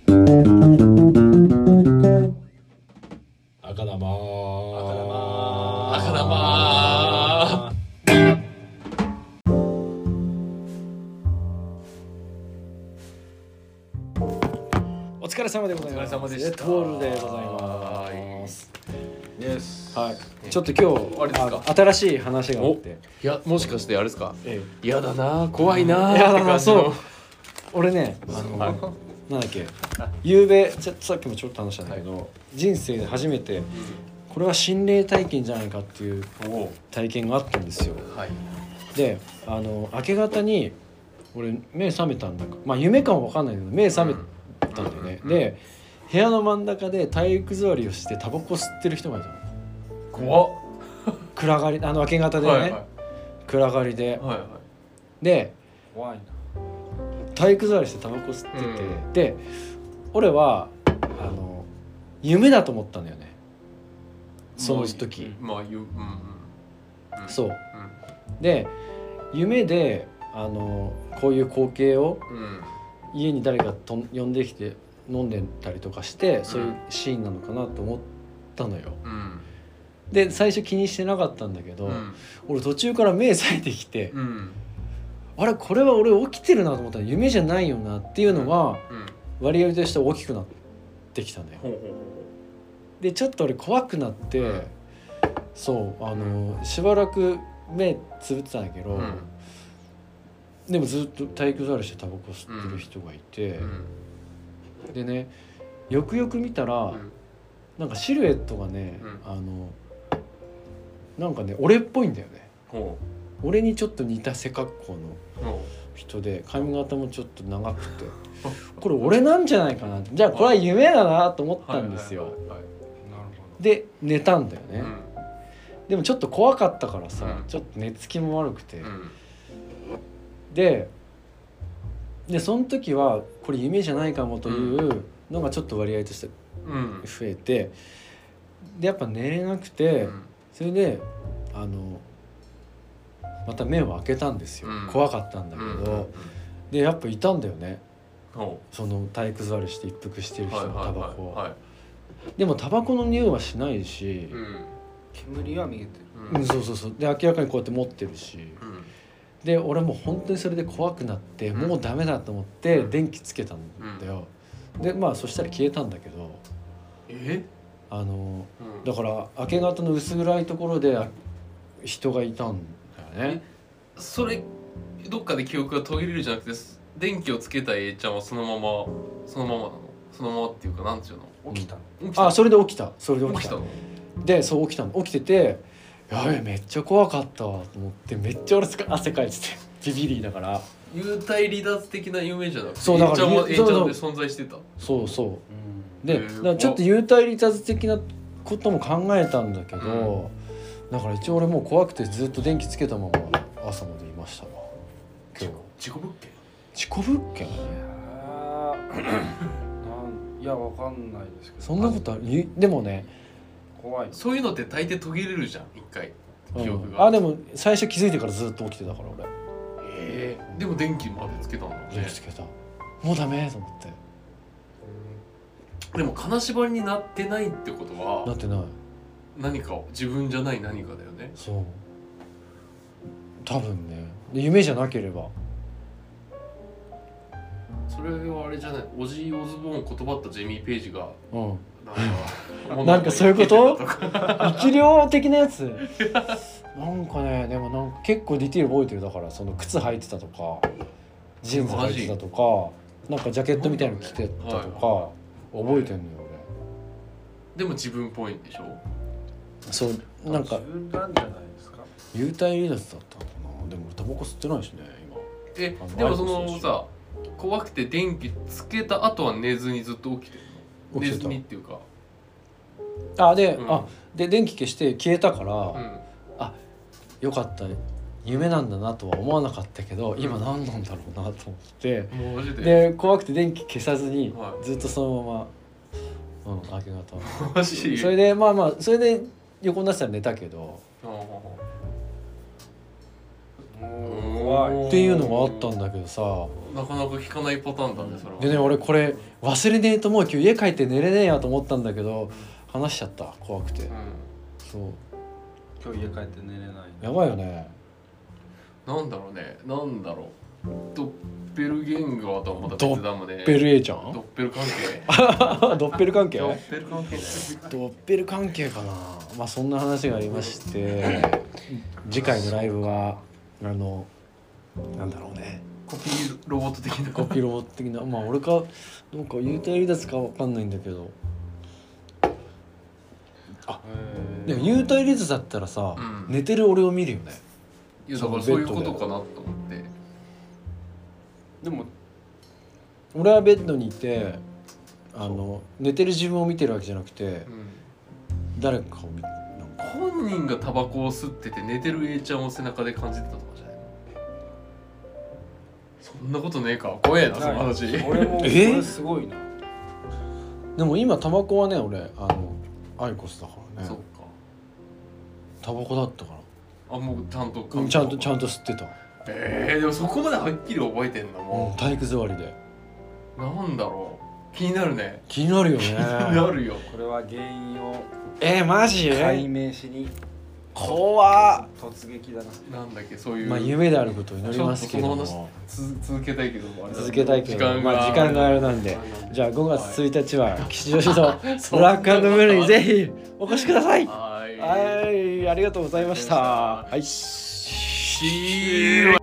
赤玉お疲れ様でございます。 お疲れ様でした。 トールでございます。はい。ちょっと今日あれですか、 新しい話があって。 いや、もしかしてあれですか、嫌だな、怖いなーって感じの。 そう。俺ね、なんだっけ、昨べさっきもちょっと話したんだけど、人生で初めてこれは心霊体験じゃないかっていう体験があったんですよ。 はい、 で、明け方に俺目覚めたんだか、まあ夢かも分かんないけど目覚めたんだよね。で、部屋の真ん中で体育座りをしてタバコ吸ってる人がいたの。 怖っ。 暗がり、明け方でね、 はいはい、 暗がりで、 はいはい、 で怖いな。 体育座りしてタバコ吸ってて、で俺は夢だと思ったんだよね、その時。そう、で夢でこういう光景を、家に誰かと呼んできて飲んでたりとかして、そういうシーンなのかなと思ったのよ。で最初気にしてなかったんだけど、俺途中から目冴えてきて、あれこれは俺起きてるなと思ったら夢じゃないよなっていうのは、割合として大きくなってきたのよ。でちょっと俺怖くなって、そうしばらく目つぶってたんだけど、でもずっと体育座りしてタバコ吸ってる人がいて、でね、よくよく見たら、なんかシルエットがね、なんかね俺っぽいんだよね。俺にちょっと似た背格好の人で、髪型もちょっと長くてこれ俺なんじゃないかな、じゃあこれは夢だなと思ったんですよ。で寝たんだよね。でもちょっと怖かったからさ、ちょっと寝つきも悪くて、でその時はこれ夢じゃないかもというのがちょっと割合として増えて、でやっぱ寝れなくて、それでまた目を開けたんですよ。怖かったんだけど、でやっぱいたんだよね、その体育座りして一服してる人のタバコ。でもタバコの匂いはしないし、 煙は見えてる。 そうで明らかにこうやって持ってるし、で俺もう本当にそれで怖くなって、もうダメだと思って電気つけたんだよ。でまあそしたら消えたんだけど、だから明け方の薄暗いところで人がいたんだよね。 それどっかで記憶が途切れるじゃなくて、電気をつけた A ちゃんはそのままなの？そのままっていうか、なんていうの？ 起きた。 それで起きた。それで起きたの？ でそう起きたの。起きてて、やべえめっちゃ怖かったわと思って、めっちゃ俺汗かいててビビリだから。 幽体離脱的な夢じゃなくて、 そうだから A ちゃんで存在してた。 そうで、だからちょっと幽体離脱的なことも考えたんだけど、だから一応俺もう怖くてずっと電気つけたまま朝までいましたわ。今日事故物件？ 事故物件？ いやわかんないですけど。 そんなことある？でもね、 怖い。 そういうのって大抵途切れるじゃん、一回記憶が。 でも最初気づいてからずっと起きてたから俺。 でも電気までつけたんだもんね。 電気つけた。もうダメと思って。 でも金縛りになってないってことは、 なってない。 何か自分じゃない何かだよね。 そう。多分ね。で夢じゃなければ。 それはあれじゃない。オジー・オズボーンを言葉ったジェミー・ペイジが、 なんかそういうこと？生き量的なやつ。なんかね、でもなんか結構ディティール覚えてる。だからその靴履いてたとか、ジーンズ履いてたとか、なんかジャケットみたいの着てたとか覚えてんのよ俺。 でも自分っぽいんでしょ？ そうなんか自分なんじゃないですか。 幽体離脱だったのかな。でもタバコ吸ってないしね今。 でもそのさ、怖くて電気つけた後は寝ずにずっと起きてるの？寝ずにっていうか。 で電気消して消えたから、よかった夢なんだなとは思わなかったけど、今何なんだろうなと思って、で怖くて電気消さずにずっとそのまま、明け方マジ？ それでそれで横になってたら寝たけど、 怖いっていうのがあったんだけどさ、 なかなか聞かないパターンだねそれは。 でね俺これ忘れねえともう今日家帰って寝れねえやと思ったんだけど話しちゃった怖くて、そう今日家帰って寝れない。 やばいよね。 なんだろうね、なんだろう、ドッペルゲンガーとはまた別だもんね。 ドッペル A ちゃんドッペル関係ドッペル関係ドッペル関係ドッペル関係かな。まあそんな話がありまして次回のライブはなんだろうね、 コピーロボット的なコピーロボット的な、まあ俺かどうか幽体離脱かわかんないんだけど、でも幽体離脱だったらさ、 うん寝てる俺を見るよね。 いやだからそういうことかなと思って。 でも俺はベッドにいて寝てる自分を見てるわけじゃなくて、 うん、 誰かを見て本人がタバコを吸ってて寝てる A ちゃんを背中で感じてたとかじゃないの？そんなことねえか。怖えなその話。 俺もこれすごいな。 でも今タバコはね俺アイコスだからね。 そっか。 タバコだったかあ、もうちゃんとらちゃんと吸ってた。 でもそこまではっきり覚えてんのも体育座りで。 なんだろう、気になるね。 気になるよね。 気になるよ。 これは原因をマジ解明しに怖っ。 突撃だな。 なんだっけそういう。 まあ夢であることを祈りますけども、 ちょっとその話続けたいけどあれだね、 続けたいけど時間があれなんで、じゃあ5月1日は吉祥寺のブラック&ムールにぜひお越しください。 はい。 はい、ありがとうございました。はい。 See you